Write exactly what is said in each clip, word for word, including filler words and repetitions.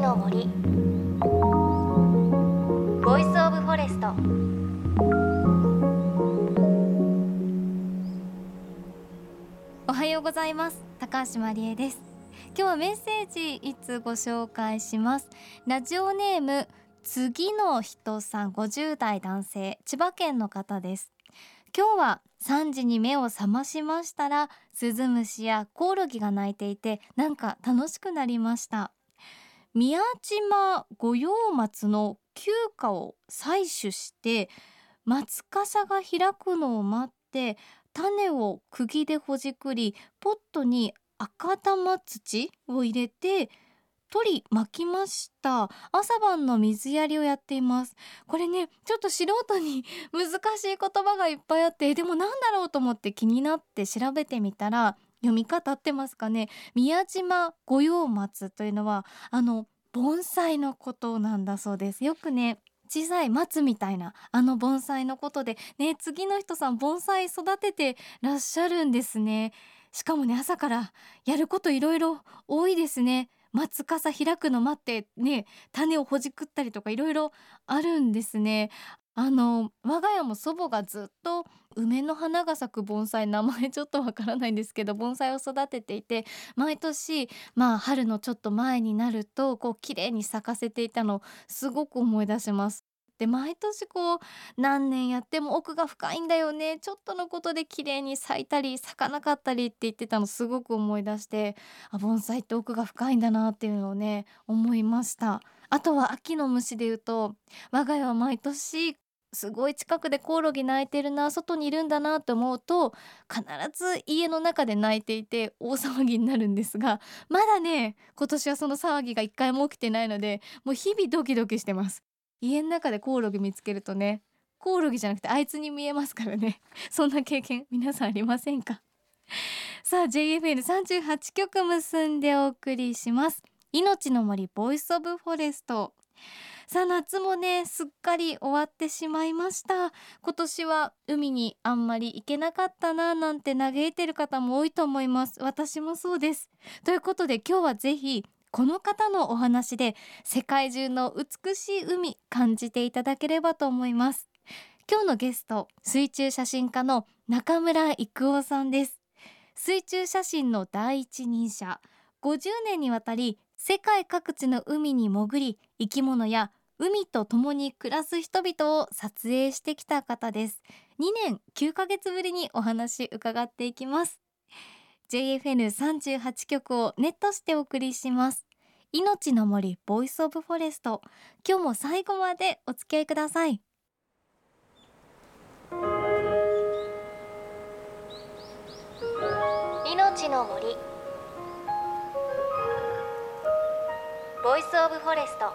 の森ボイスオブフォレスト。おはようございます。高橋まりえです。今日はメッセージいつご紹介します。ラジオネーム次の人さん、ごじゅう代男性、千葉県の方です。今日はさんじに目を覚ましましたら、スズムシやコオロギが鳴いていて、なんか楽しくなりました。宮島五葉松の球果を採取して、松笠が開くのを待って種を釘でほじくり、ポットに赤玉土を入れて取り巻きました。朝晩の水やりをやっています。これね、ちょっと素人に難しい言葉がいっぱいあって、でもなんだろうと思って気になって調べてみたら、読み方合ってますかね。宮島五葉松というのはあの盆栽のことなんだそうです。よくね、小さい松みたいなあの盆栽のことでね、次の人さん盆栽育ててらっしゃるんですね。しかもね、朝からやることいろいろ多いですね。松笠開くの待ってね、種をほじくったりとかいろいろあるんですね。あの我が家も祖母がずっと梅の花が咲く盆栽、名前ちょっとわからないんですけど、盆栽を育てていて、毎年まあ春のちょっと前になるとこう綺麗に咲かせていたのをすごく思い出します。で、毎年こう何年やっても奥が深いんだよね、ちょっとのことで綺麗に咲いたり咲かなかったりって言ってたのすごく思い出して、あ、盆栽って奥が深いんだなっていうのをね思いました。あとは秋の虫で言うと、我が家は毎年すごい近くでコオロギ鳴いてるな、外にいるんだなと思うと必ず家の中で鳴いていて大騒ぎになるんですが、まだね今年はその騒ぎが一回も起きてないので、もう日々ドキドキしてます。家の中でコオロギ見つけるとね、コオロギじゃなくてあいつに見えますからね。そんな経験皆さんありませんか？さあ ジェイエフエヌさんじゅうはち 曲結んでお送りします。命の森ボイスオブフォレスト。さあ夏もねすっかり終わってしまいました。今年は海にあんまり行けなかったななんて嘆いてる方も多いと思います。私もそうです。ということで今日はぜひこの方のお話で世界中の美しい海感じていただければと思います。今日のゲスト、水中写真家の中村郁夫さんです。水中写真の第一人者、ごじゅうねんにわたり世界各地の海に潜り、生き物や海と共に暮らす人々を撮影してきた方です。にねんきゅうかげつぶりにお話伺っていきます。 ジェイエフエヌさんじゅうはち 局をネットしてお送りします。命の森ボイスオブフォレスト。今日も最後までお付き合いください。命の森ボイスオブフォレスト。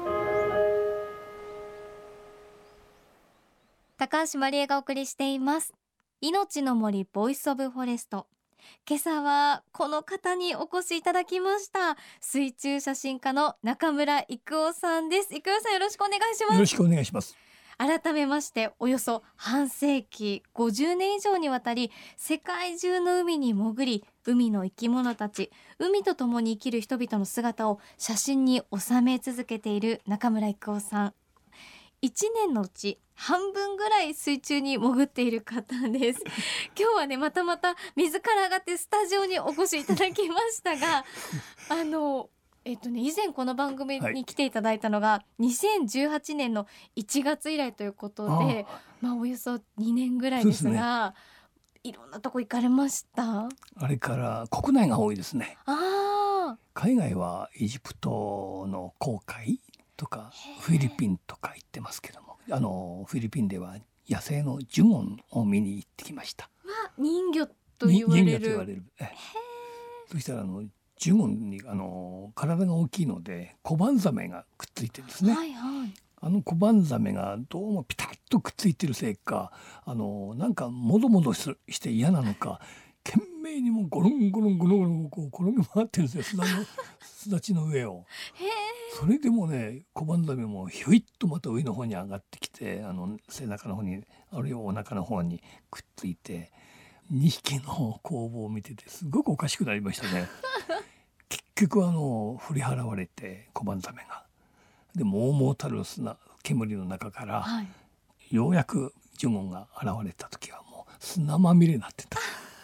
高橋まりえがお送りしています。命の森ボイスオブフォレスト。今朝はこの方にお越しいただきました。水中写真家の中村郁夫さんです。郁夫さん、よろしくお願いします。 よろしくお願いします。 改めまして、およそ半世紀ごじゅうねん以上にわたり世界中の海に潜り、海の生き物たち、海と共に生きる人々の姿を写真に収め続けている中村郁夫さん。いちねんのうち半分ぐらい水中に潜っている方です。今日はねまたまた水から上がってスタジオにお越しいただきましたがあのえっとね以前この番組に来ていただいたのがにせんじゅうはちねんのいちがつ以来ということで、あまあおよそにねんぐらいですが、いろんなとこ行かれました？ あれから国内が多いですね。 あ海外はエジプトの紅海とかフィリピンとか行ってますけども、あのフィリピンでは野生のジュゴンを見に行ってきました。 まあ、人魚と言われる。 人魚と言われる。えそしたらあのジュゴンにあの体が大きいのでコバンザメがくっついてるんですね。 はいはい、 あのコバンザメがどうもピタッとくっついてるせいか、あのなんかもどもどして嫌なのか、懸命にもゴロンゴロンゴロンゴロンこう転げ回ってるんですよ、すだのすだちの上を。それでもね、コバンザメもひょいっとまた上の方に上がってきて、あの背中の方にあるいはお腹の方にくっついて、にひきの攻防を見ててすごくおかしくなりましたね。結局あの振り払われて小判ザメがでもうもうたる砂煙の中から、 はい、 ようやくジュゴンが現れた時はもう砂まみれになってた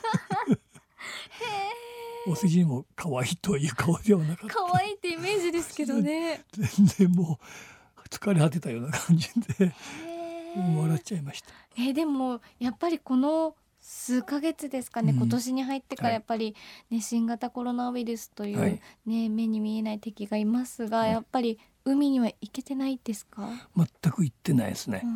お世辞にも可愛いという顔ではなかった。 可愛いってイメージですけどね全然もう疲れ果てたような感じで笑っちゃいました。 えー、でもやっぱりこの数ヶ月ですかね、うん、今年に入ってからやっぱり、ね、新型コロナウイルスという、はいね、目に見えない敵がいますが、はい、やっぱり海には行けてないですか？ 全く行ってないですね。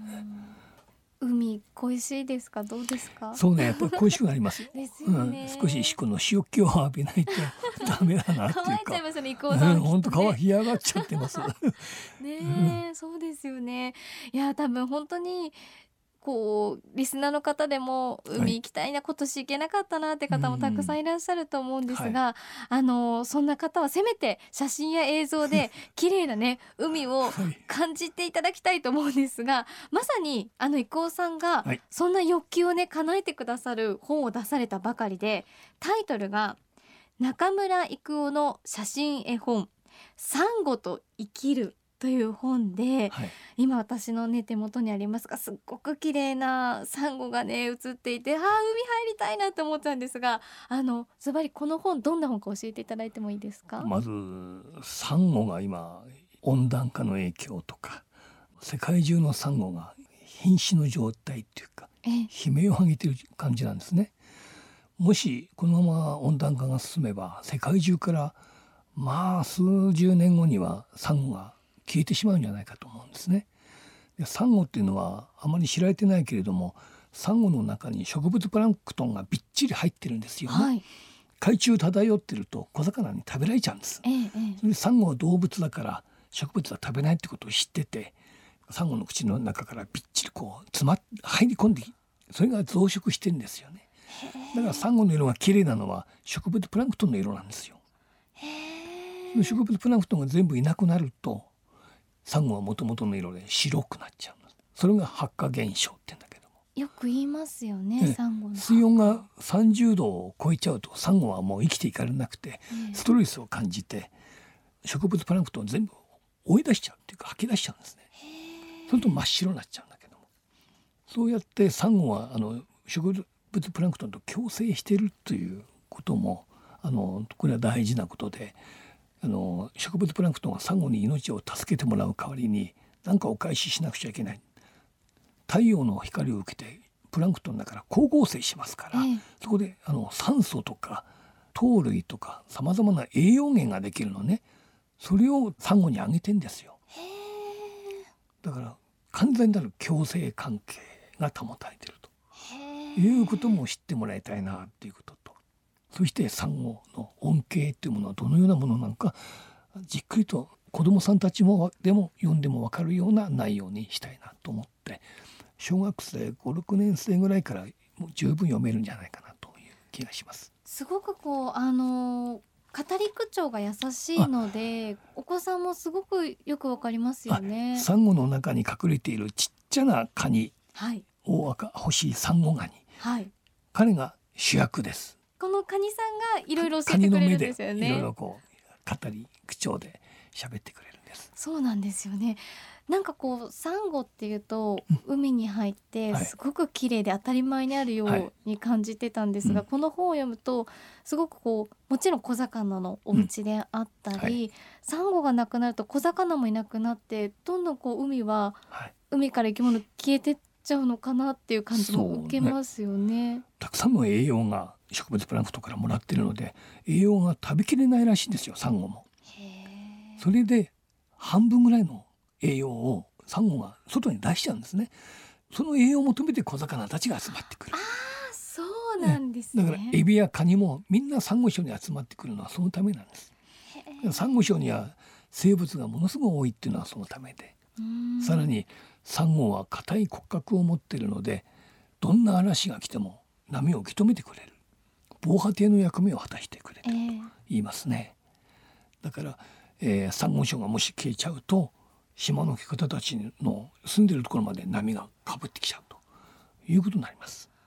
海恋しいですか？どうですか？ そうね、やっぱり恋しくなりますよ。 ですよね、 うん、少ししこの塩気を浴びないとダメだなっていうか。 乾いちゃいますよね、伊藤さん、 本当皮干上がっちゃってます。 ねえ、うん、そうですよね。いや多分本当にこうリスナーの方でも海行きたいな、はい、今年行けなかったなって方もたくさんいらっしゃると思うんですが、はい、あのそんな方はせめて写真や映像で綺麗なね海を感じていただきたいと思うんですが、まさにあの伊藤さんがそんな欲求をね叶えてくださる本を出されたばかりで、タイトルが中村郁夫の写真絵本サンゴと生きるという本で、はい、今私の、ね、手元にありますが、すっごく綺麗なサンゴがね写っていて、あー海入りたいなって思ったんですが、あのズバリこの本どんな本か教えていただいてもいいですか？ まずサンゴが今温暖化の影響とか世界中のサンゴが瀕死の状態っていうか悲鳴を上げている感じなんですね。もしこのまま温暖化が進めば世界中からまあ数十年後にはサンゴが消えてしまうんじゃないかと思うんですね。でサンゴっていうのはあまり知られてないけれども、サンゴの中に植物プランクトンがびっちり入ってるんですよね、はい、海中漂ってると小魚に食べられちゃうんです、ええ、それでサンゴは動物だから植物は食べないってことを知ってて、サンゴの口の中からびっちりこう詰まっ入り込んで、それが増殖してるんですよね。だからサンゴの色が綺麗なのは植物プランクトンの色なんですよ。その植物プランクトンが全部いなくなるとサンゴはもともとの色で白くなっちゃう。それが白化現象って言うんだけども、 よく言いますよね。サンゴの水温がさんじゅうどを超えちゃうとサンゴはもう生きていかれなくて、ストレスを感じて植物プランクトンを全部追い出しちゃうっていうか吐き出しちゃうんですね。それと真っ白になっちゃうんだけども、そうやってサンゴはあの植物プランクトンと共生しているということもあのこれは大事なことで、あの植物プランクトンはサンゴに命を助けてもらう代わりに何かお返ししなくちゃいけない。太陽の光を受けてプランクトンだから光合成しますから、ええ、そこであの酸素とか糖類とかさまざまな栄養源ができるのね。それをサンゴにあげてんですよ。だから完全なる共生関係が保たれているということも知ってもらいたいなっていうことと、そしてサンゴの恩恵というものはどのようなものなのか、じっくりと子どもさんたちもでも読んでも分かるような内容にしたいなと思って、小学生ご、ろくねん生ぐらいからもう十分読めるんじゃないかなという気がします。 すごくこうあの語り口調が優しいのでお子さんもすごくよくわかりますよね。 サンゴの中に隠れているちっちゃなカニ、はい、大赤欲しいサンゴガニ、はい、彼が主役です。 このカニさんがいろいろ教えてくれるんですよね。 いろいろこう語り口調で喋ってくれるんです。 そうなんですよね。なんかこうサンゴっていうと、うん、海に入ってすごく綺麗で当たり前にあるように感じてたんですが、はい、この本を読むとすごくこうもちろん小魚のお家であったり、うんはい、サンゴがなくなると小魚もいなくなってどんどんこう海は、はい、海から生き物消えてっちゃうのかなっていう感じも受けますよ ね, ねたくさんの栄養が植物プランクトンからもらっているので栄養が食べきれないらしいんですよ、サンゴも。へそれで半分ぐらいの栄養をサンゴが外に出しちゃうんですね。その栄養を求めて小魚たちが集まってくる。 ああ、そうなんですね。 だからエビやカニもみんなサンゴ礁に集まってくるのはそのためなんです。サンゴ礁には生物がものすごく多いっていうのはそのためで、さらにサンゴは硬い骨格を持っているのでどんな嵐が来ても波を受け止めてくれる防波堤の役目を果たしてくれると言いますね。だから、えー、サンゴ礁がもし消えちゃうと島の方たちの住んでいるところまで波がかぶってきちゃうということになります。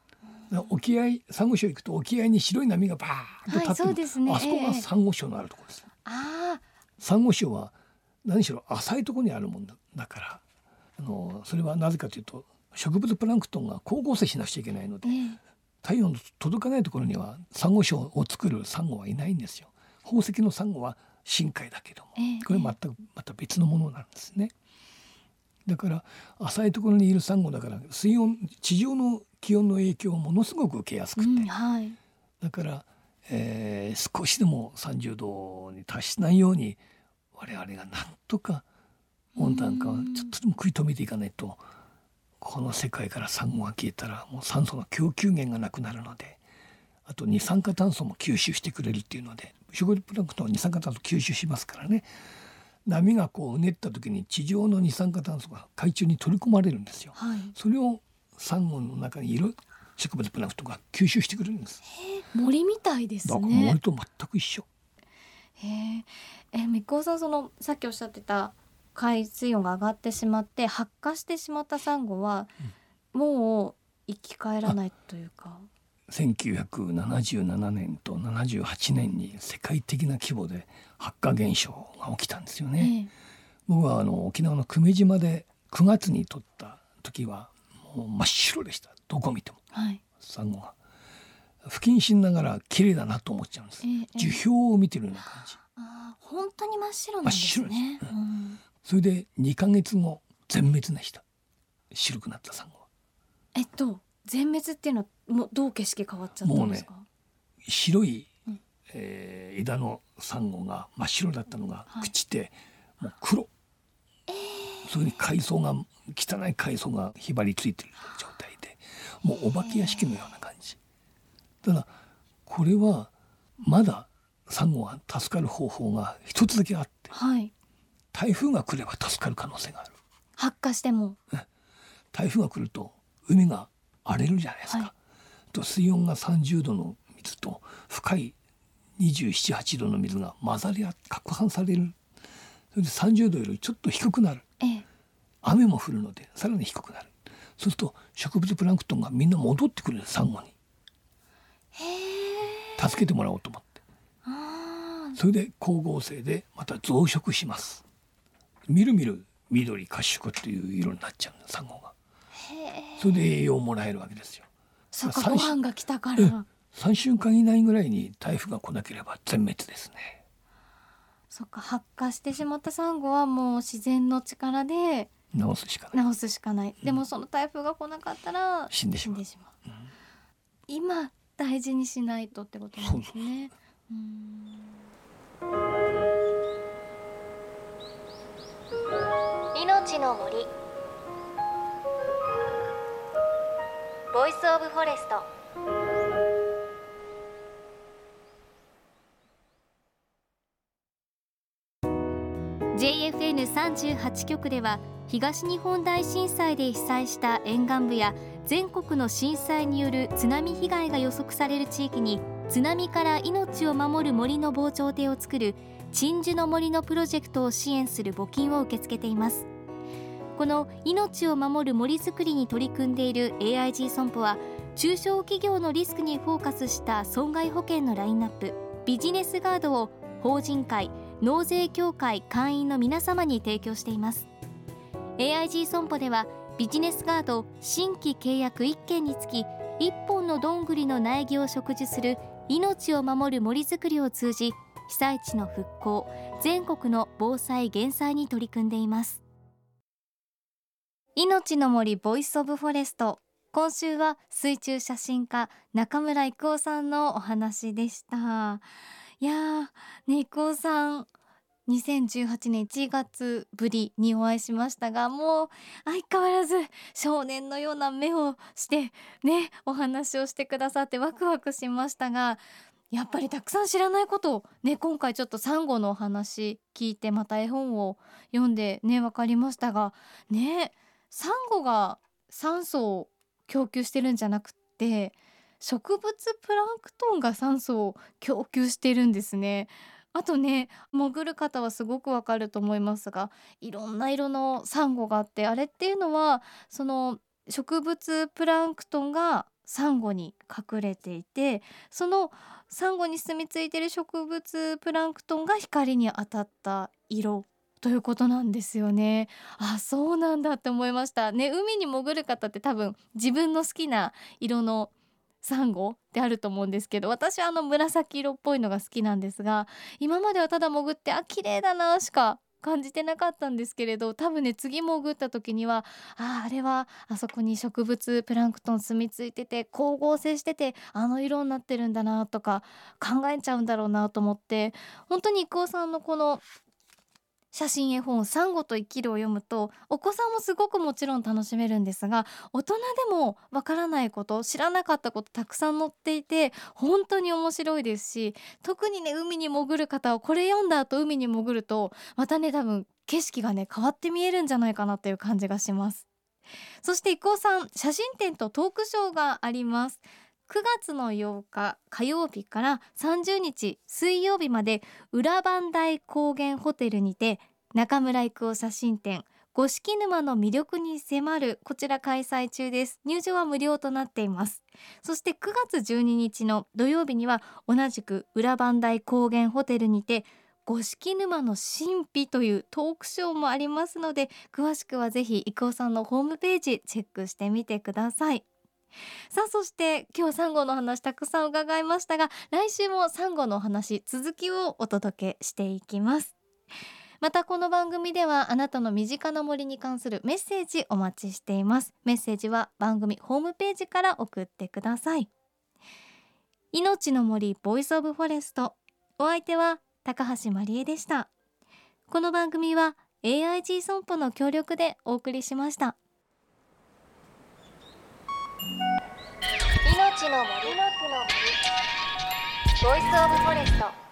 沖合サンゴ礁行くと沖合に白い波がバーッと立ってる、 はい、そうですね、 あそこがサンゴ礁のあるところです。 あサンゴ礁は何しろ浅いところにあるもんだ、だからあのそれはなぜかというと植物プランクトンが光合成しなくちゃいけないので、 ええ、 太陽の届かないところにはサンゴ礁を作るサンゴはいないんですよ。宝石のサンゴは深海だけども、 ええ、 これ全くまた別のものなんですね。だから浅いところにいるサンゴだから水温地上の気温の影響をものすごく受けやすくて、 うんはい、 だから、えー少しでもさんじゅうどに達しないように我々がなんとか温暖化をちょっとでも食い止めていかないと、この世界からサンゴが消えたらもう酸素の供給源がなくなるので、あと二酸化炭素も吸収してくれるっていうので、植物プランクトンは二酸化炭素吸収しますからね。波がこううねった時に地上の二酸化炭素が海中に取り込まれるんですよ。 はい、 それをサンゴの中にいる植物プランクトンが吸収してくれるんです。 森みたいですだからね。 森と全く一緒。 へえ、え、みっこうさん、そのさっきおっしゃってた海水温が上がってしまって発火してしまったサンゴは、もう生き返らないというか。 せんきゅうひゃくななじゅうななねんとななじゅうはちねんに世界的な規模で発火現象が起きたんですよね。 ええ、 僕はあの沖縄の久米島でくがつに撮った時はもう真っ白でした。どこ見てもはい、 サンゴが不謹慎ながら綺麗だなと思っちゃうんです。 ええ、 樹氷を見てるような感じ。 あー、本当に真っ白なんですね。 真っ白です、 うん、 それでにかげつご全滅でした。白くなったサンゴはえっと全滅っていうのはもうどう景色変わっちゃったんですか？ 白い、 うんえー枝のサンゴが真っ白だったのがはい朽ちてもう黒、それに海藻が汚い海藻がひばりついている状態で、もうお化け屋敷のような感じ。ただこれはまだサンゴが助かる方法が一つだけあって、 はい、 台風が来れば助かる可能性がある。 発火しても。 台風が来ると海が荒れるじゃないですか、 はい、 と水温がさんじゅうどの水と深いにじゅうなな、はちどの水が混ざり合って攪拌される。それでさんじゅうどよりちょっと低くなる。 ええ、 雨も降るのでさらに低くなる。そうすると植物プランクトンがみんな戻ってくる、サンゴにへえ、 助けてもらおうと思って、 あー、 それで光合成でまた増殖します。みるみる緑褐色っていう色になっちゃうんだ、サンゴが。 へえ、 それで栄養をもらえるわけですよ。 そっか、 さんご飯が来たから。 さんしゅうかん以内ぐらいに台風が来なければ全滅ですね。 そっか、発火してしまったサンゴはもう自然の力で直すしかない。 治すしかない。でもその台風が来なかったら死んでしまう。 う、うん、今大事にしないとってことなんですね。うーん、命の森、ボイスオブフォレスト。ジェイエフエヌさんじゅうはち 局では東日本大震災で被災した沿岸部や全国の震災による津波被害が予測される地域に津波から命を守る森の防潮堤を作る鎮守の森のプロジェクトを支援する募金を受け付けています。この命を守る森づくりに取り組んでいる エーアイジー 損保は中小企業のリスクにフォーカスした損害保険のラインナップビジネスガードを法人会納税協会会員の皆様に提供しています。 エーアイジー 損保ではビジネスガード新規契約いっけんにつきいっぽんのどんぐりの苗木を植樹する命を守る森づくりを通じ被災地の復興、全国の防災減災に取り組んでいます。命の森ボイスオブフォレスト、今週は水中写真家中村郁夫さんのお話でした。いやーね、郁夫さんにせんじゅうはちねんいちがつぶりにお会いしましたが、もう相変わらず少年のような目をしてね、お話をしてくださってワクワクしましたが、やっぱりたくさん知らないことをね、今回ちょっとサンゴのお話聞いて、また絵本を読んでね、分かりましたがね、サンゴが酸素を供給してるんじゃなくって植物プランクトンが酸素を供給してるんですね。あとね、潜る方はすごくわかると思いますが、いろんな色のサンゴがあって、あれっていうのはその植物プランクトンがサンゴに隠れていて、そのサンゴに住み着いている植物プランクトンが光に当たった色ということなんですよね。あ、そうなんだって思いましたね。海に潜る方って多分自分の好きな色のサンゴってあると思うんですけど、私はあの紫色っぽいのが好きなんですが、今まではただ潜ってあ綺麗だなしか感じてなかったんですけれど、多分ね次潜った時にはああれはあそこに植物プランクトン住み着いてて光合成しててあの色になってるんだなとか考えちゃうんだろうなと思って、本当に郁夫さんのこの写真絵本サンゴと生きるを読むと、お子さんもすごくもちろん楽しめるんですが、大人でもわからないこと、知らなかったことたくさん載っていて本当に面白いですし、特にね海に潜る方はこれ読んだ後海に潜るとまたね多分景色がね変わって見えるんじゃないかなという感じがします。そして郁夫さん、写真展とトークショーがあります。くがつのようか火曜日からさんじゅうにち水曜日まで裏磐梯高原ホテルにて中村郁夫写真展五色沼の魅力に迫る、こちら開催中です。入場は無料となっています。そしてくがつじゅうににちの土曜日には同じく裏磐梯高原ホテルにて五色沼の神秘というトークショーもありますので、詳しくはぜひ郁夫さんのホームページチェックしてみてください。さあ、そして今日サンゴの話たくさん伺いましたが、来週もサンゴの話続きをお届けしていきます。またこの番組ではあなたの身近な森に関するメッセージお待ちしています。メッセージは番組ホームページから送ってください。命の森ボイスオブフォレスト、お相手は高橋まりえでした。この番組は エーアイジー 損保の協力でお送りしました。 命の森ボイスオブフォレスト。